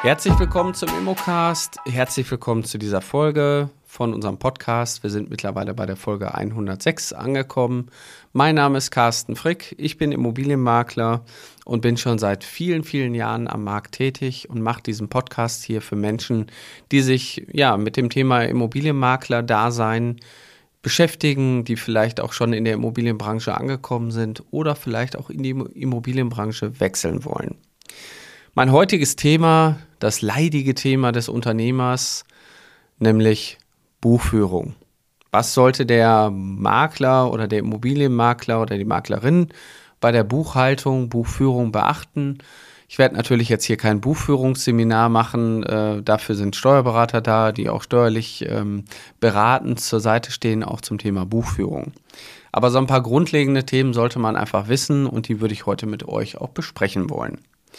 Herzlich willkommen zum Immocast, herzlich willkommen zu dieser Folge von unserem Podcast. Wir sind mittlerweile bei der Folge 106 angekommen. Mein Name ist Carsten Frick, ich bin Immobilienmakler und bin schon seit vielen, vielen Jahren am Markt tätig und mache diesen Podcast hier für Menschen, die sich mit dem Thema Immobilienmakler-Dasein beschäftigen, die vielleicht auch schon in der Immobilienbranche angekommen sind oder vielleicht auch in die Immobilienbranche wechseln wollen. Mein heutiges Thema, das leidige Thema des Unternehmers, nämlich Buchführung. Was sollte der Makler oder der Immobilienmakler oder die Maklerin bei der Buchführung beachten? Ich werde natürlich jetzt hier kein Buchführungsseminar machen, dafür sind Steuerberater da, die auch steuerlich beratend zur Seite stehen, auch zum Thema Buchführung. Aber so ein paar grundlegende Themen sollte man einfach wissen und die würde ich heute mit euch auch besprechen wollen.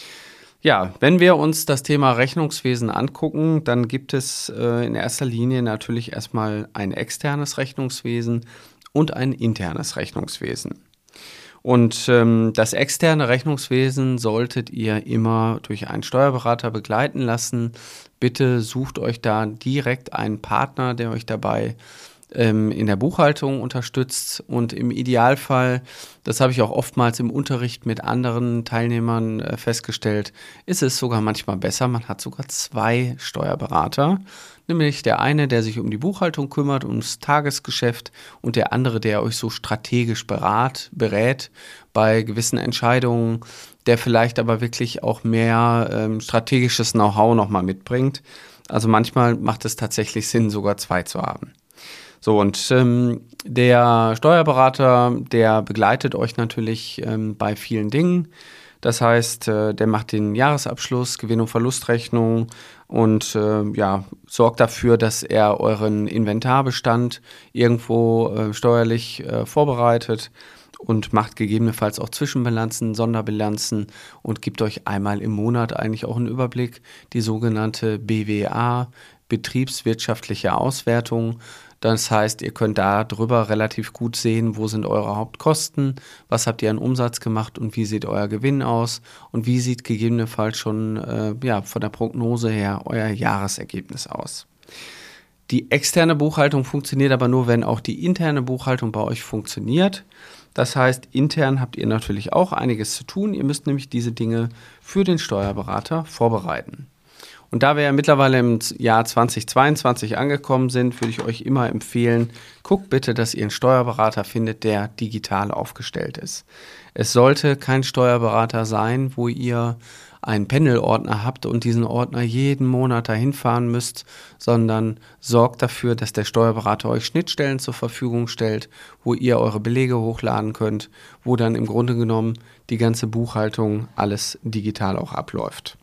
Ja, wenn wir uns das Thema Rechnungswesen angucken, dann gibt es in erster Linie natürlich erstmal ein externes Rechnungswesen und ein internes Rechnungswesen. Und das externe Rechnungswesen solltet ihr immer durch einen Steuerberater begleiten lassen. Bitte sucht euch da direkt einen Partner, der euch dabei in der Buchhaltung unterstützt und im Idealfall, das habe ich auch oftmals im Unterricht mit anderen Teilnehmern festgestellt, ist es sogar manchmal besser, man hat sogar 2 Steuerberater, nämlich der eine, der sich um die Buchhaltung kümmert, ums Tagesgeschäft und der andere, der euch so strategisch berät bei gewissen Entscheidungen, der vielleicht aber wirklich auch mehr strategisches Know-how nochmal mitbringt. Also manchmal macht es tatsächlich Sinn, sogar 2 zu haben. So, und der Steuerberater, der begleitet euch natürlich bei vielen Dingen. Das heißt, der macht den Jahresabschluss, Gewinn- und Verlustrechnung und sorgt dafür, dass er euren Inventarbestand irgendwo steuerlich vorbereitet und macht gegebenenfalls auch Zwischenbilanzen, Sonderbilanzen und gibt euch einmal im Monat eigentlich auch einen Überblick, die sogenannte BWA, betriebswirtschaftliche Auswertung. Das heißt, ihr könnt da drüber relativ gut sehen, wo sind eure Hauptkosten, was habt ihr an Umsatz gemacht und wie sieht euer Gewinn aus und wie sieht gegebenenfalls schon von der Prognose her euer Jahresergebnis aus. Die externe Buchhaltung funktioniert aber nur, wenn auch die interne Buchhaltung bei euch funktioniert. Das heißt, intern habt ihr natürlich auch einiges zu tun. Ihr müsst nämlich diese Dinge für den Steuerberater vorbereiten. Und da wir ja mittlerweile im Jahr 2022 angekommen sind, würde ich euch immer empfehlen, guckt bitte, dass ihr einen Steuerberater findet, der digital aufgestellt ist. Es sollte kein Steuerberater sein, wo ihr einen Pendelordner habt und diesen Ordner jeden Monat dahin fahren müsst, sondern sorgt dafür, dass der Steuerberater euch Schnittstellen zur Verfügung stellt, wo ihr eure Belege hochladen könnt, wo dann im Grunde genommen die ganze Buchhaltung alles digital auch abläuft.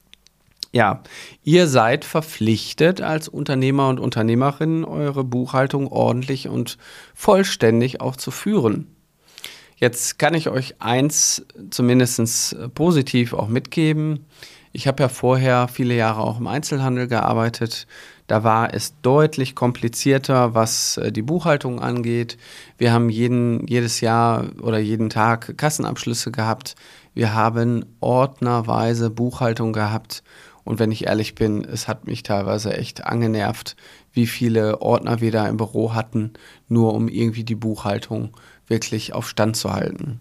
Ja, ihr seid verpflichtet als Unternehmer und Unternehmerin, eure Buchhaltung ordentlich und vollständig auch zu führen. Jetzt kann ich euch eins zumindest positiv auch mitgeben. Ich habe ja vorher viele Jahre auch im Einzelhandel gearbeitet. Da war es deutlich komplizierter, was die Buchhaltung angeht. Wir haben jedes Jahr oder jeden Tag Kassenabschlüsse gehabt. Wir haben ordnerweise Buchhaltung gehabt. Und wenn ich ehrlich bin, es hat mich teilweise echt angenervt, wie viele Ordner wir da im Büro hatten, nur um irgendwie die Buchhaltung wirklich auf Stand zu halten.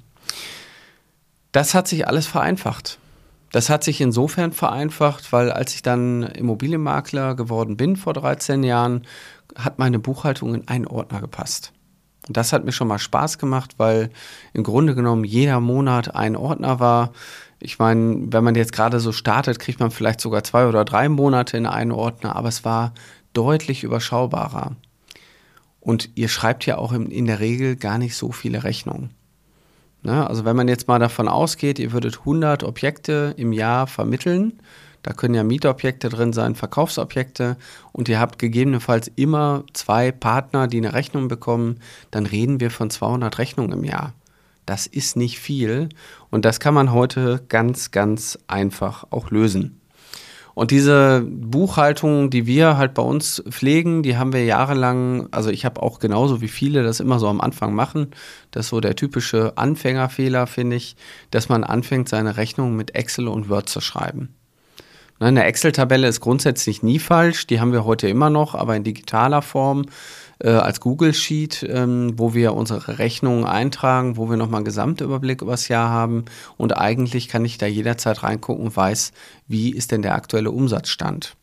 Das hat sich alles vereinfacht. Das hat sich insofern vereinfacht, weil als ich dann Immobilienmakler geworden bin vor 13 Jahren, hat meine Buchhaltung in einen Ordner gepasst. Und das hat mir schon mal Spaß gemacht, weil im Grunde genommen jeder Monat ein Ordner war. Ich meine, wenn man jetzt gerade so startet, kriegt man vielleicht sogar 2 oder 3 Monate in einen Ordner, aber es war deutlich überschaubarer. Und ihr schreibt ja auch in der Regel gar nicht so viele Rechnungen. Ne? Also wenn man jetzt mal davon ausgeht, ihr würdet 100 Objekte im Jahr vermitteln, da können ja Mietobjekte drin sein, Verkaufsobjekte und ihr habt gegebenenfalls immer 2 Partner, die eine Rechnung bekommen, dann reden wir von 200 Rechnungen im Jahr. Das ist nicht viel und das kann man heute ganz, ganz einfach auch lösen. Und diese Buchhaltung, die wir halt bei uns pflegen, die haben wir jahrelang, also ich habe auch genauso wie viele das immer so am Anfang machen, das ist so der typische Anfängerfehler, finde ich, dass man anfängt, seine Rechnung mit Excel und Word zu schreiben. Eine Excel-Tabelle ist grundsätzlich nie falsch, die haben wir heute immer noch, aber in digitaler Form als Google Sheet, wo wir unsere Rechnungen eintragen, wo wir nochmal einen Gesamtüberblick über das Jahr haben und eigentlich kann ich da jederzeit reingucken und weiß, wie ist denn der aktuelle Umsatzstand.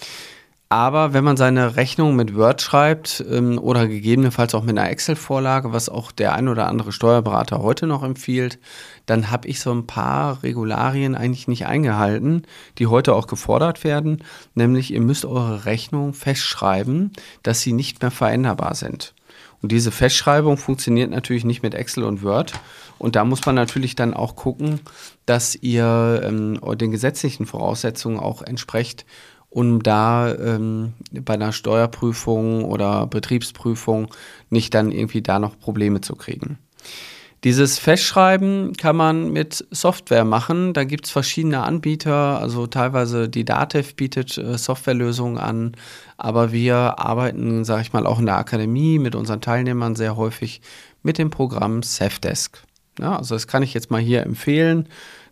Aber wenn man seine Rechnung mit Word schreibt oder gegebenenfalls auch mit einer Excel-Vorlage, was auch der ein oder andere Steuerberater heute noch empfiehlt, dann habe ich so ein paar Regularien eigentlich nicht eingehalten, die heute auch gefordert werden. Nämlich, ihr müsst eure Rechnung festschreiben, dass sie nicht mehr veränderbar sind. Und diese Festschreibung funktioniert natürlich nicht mit Excel und Word. Und da muss man natürlich dann auch gucken, dass ihr den gesetzlichen Voraussetzungen auch entsprecht, um da bei einer Steuerprüfung oder Betriebsprüfung nicht dann irgendwie da noch Probleme zu kriegen. Dieses Festschreiben kann man mit Software machen. Da gibt es verschiedene Anbieter, also teilweise die DATEV bietet Softwarelösungen an, aber wir arbeiten, sage ich mal, auch in der Akademie mit unseren Teilnehmern sehr häufig mit dem Programm Safdesk. Ja, also das kann ich jetzt mal hier empfehlen.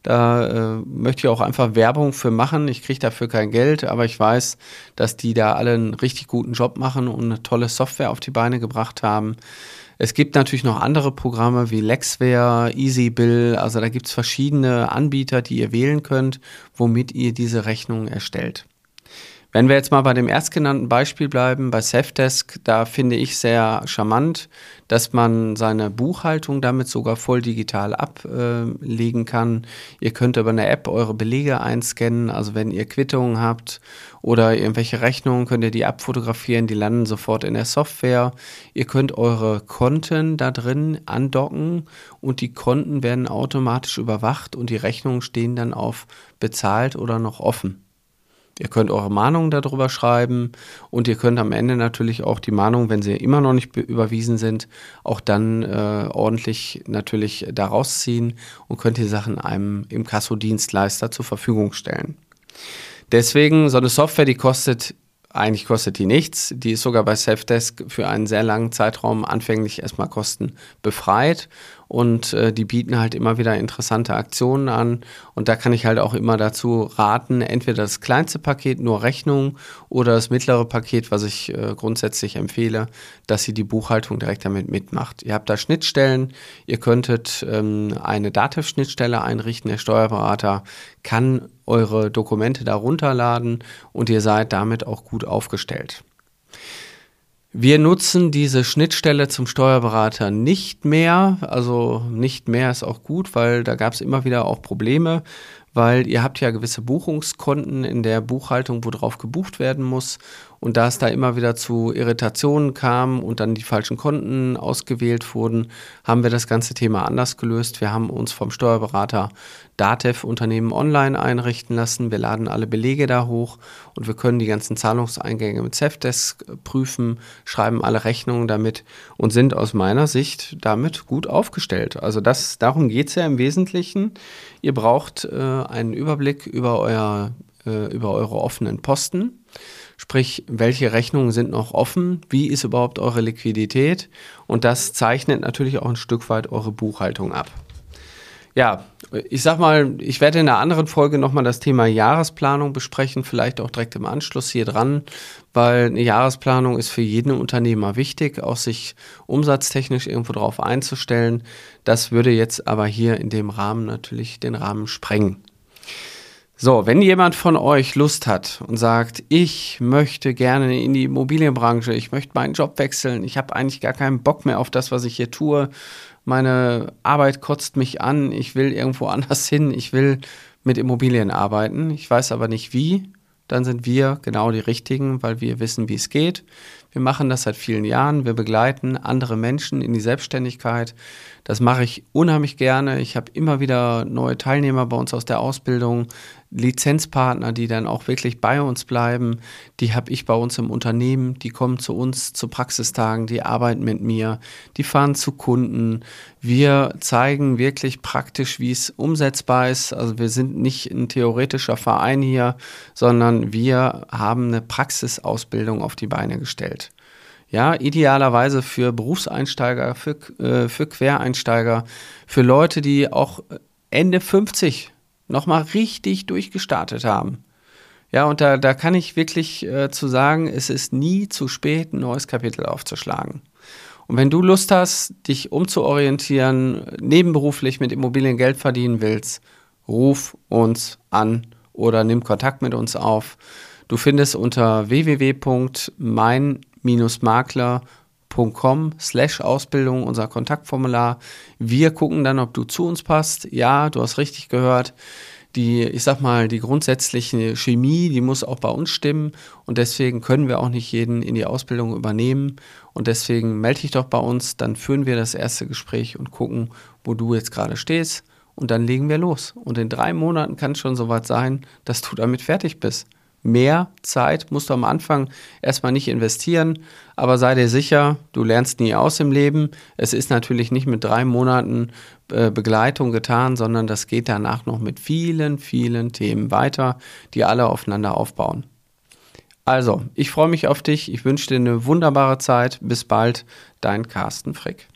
Da möchte ich auch einfach Werbung für machen. Ich kriege dafür kein Geld, aber ich weiß, dass die da alle einen richtig guten Job machen und eine tolle Software auf die Beine gebracht haben. Es gibt natürlich noch andere Programme wie Lexware, EasyBill. Also da gibt es verschiedene Anbieter, die ihr wählen könnt, womit ihr diese Rechnungen erstellt. Wenn wir jetzt mal bei dem erstgenannten Beispiel bleiben, bei Safdesk, da finde ich sehr charmant, dass man seine Buchhaltung damit sogar voll digital ablegen kann. Ihr könnt über eine App eure Belege einscannen, also wenn ihr Quittungen habt oder irgendwelche Rechnungen, könnt ihr die abfotografieren, die landen sofort in der Software. Ihr könnt eure Konten da drin andocken und die Konten werden automatisch überwacht und die Rechnungen stehen dann auf bezahlt oder noch offen. Ihr könnt eure Mahnungen darüber schreiben und ihr könnt am Ende natürlich auch die Mahnungen, wenn sie immer noch nicht überwiesen sind, auch dann ordentlich natürlich da rausziehen und könnt die Sachen einem Inkassodienstleister zur Verfügung stellen. Deswegen, so eine Software, eigentlich kostet die nichts. Die ist sogar bei Safdesk für einen sehr langen Zeitraum anfänglich erstmal kostenbefreit und die bieten halt immer wieder interessante Aktionen an und da kann ich halt auch immer dazu raten, entweder das kleinste Paket, nur Rechnung oder das mittlere Paket, was ich grundsätzlich empfehle, dass ihr die Buchhaltung direkt damit mitmacht. Ihr habt da Schnittstellen, ihr könntet eine DATEV-Schnittstelle einrichten, der Steuerberater kann eure Dokumente da runterladen und ihr seid damit auch gut aufgestellt. Wir nutzen diese Schnittstelle zum Steuerberater nicht mehr, also nicht mehr ist auch gut, weil da gab es immer wieder auch Probleme, weil ihr habt ja gewisse Buchungskonten in der Buchhaltung, wo drauf gebucht werden muss und da es da immer wieder zu Irritationen kam und dann die falschen Konten ausgewählt wurden, haben wir das ganze Thema anders gelöst. Wir haben uns vom Steuerberater DATEV Unternehmen online einrichten lassen. Wir laden alle Belege da hoch und wir können die ganzen Zahlungseingänge mit Safdesk prüfen, schreiben alle Rechnungen damit und sind aus meiner Sicht damit gut aufgestellt. Also darum geht es ja im Wesentlichen. Ihr braucht einen Überblick über eure offenen Posten. Sprich, welche Rechnungen sind noch offen, wie ist überhaupt eure Liquidität und das zeichnet natürlich auch ein Stück weit eure Buchhaltung ab. Ja, ich sag mal, ich werde in einer anderen Folge nochmal das Thema Jahresplanung besprechen, vielleicht auch direkt im Anschluss hier dran, weil eine Jahresplanung ist für jeden Unternehmer wichtig, auch sich umsatztechnisch irgendwo drauf einzustellen. Das würde jetzt aber hier in dem Rahmen natürlich den Rahmen sprengen. So, wenn jemand von euch Lust hat und sagt, ich möchte gerne in die Immobilienbranche, ich möchte meinen Job wechseln, ich habe eigentlich gar keinen Bock mehr auf das, was ich hier tue, meine Arbeit kotzt mich an, ich will irgendwo anders hin, ich will mit Immobilien arbeiten, ich weiß aber nicht wie, dann sind wir genau die Richtigen, weil wir wissen, wie es geht. Wir machen das seit vielen Jahren, wir begleiten andere Menschen in die Selbstständigkeit. Das mache ich unheimlich gerne. Ich habe immer wieder neue Teilnehmer bei uns aus der Ausbildung, Lizenzpartner, die dann auch wirklich bei uns bleiben. Die habe ich bei uns im Unternehmen, die kommen zu uns zu Praxistagen, die arbeiten mit mir, die fahren zu Kunden. Wir zeigen wirklich praktisch, wie es umsetzbar ist. Also wir sind nicht ein theoretischer Verein hier, sondern wir haben eine Praxisausbildung auf die Beine gestellt. Ja, idealerweise für Berufseinsteiger, für Quereinsteiger, für Leute, die auch Ende 50 nochmal richtig durchgestartet haben. Ja, und da kann ich wirklich zu sagen, es ist nie zu spät, ein neues Kapitel aufzuschlagen. Und wenn du Lust hast, dich umzuorientieren, nebenberuflich mit Immobilien Geld verdienen willst, ruf uns an oder nimm Kontakt mit uns auf. Du findest unter www.mein-makler.com/Ausbildung unser Kontaktformular. Wir gucken dann, ob du zu uns passt. Ja, du hast richtig gehört. Die grundsätzliche Chemie, die muss auch bei uns stimmen und deswegen können wir auch nicht jeden in die Ausbildung übernehmen und deswegen melde dich doch bei uns, dann führen wir das erste Gespräch und gucken, wo du jetzt gerade stehst und dann legen wir los. Und in 3 Monaten kann es schon soweit sein, dass du damit fertig bist. Mehr Zeit musst du am Anfang erstmal nicht investieren, aber sei dir sicher, du lernst nie aus im Leben. Es ist natürlich nicht mit 3 Monaten Begleitung getan, sondern das geht danach noch mit vielen, vielen Themen weiter, die alle aufeinander aufbauen. Also, ich freue mich auf dich, ich wünsche dir eine wunderbare Zeit. Bis bald, dein Carsten Frick.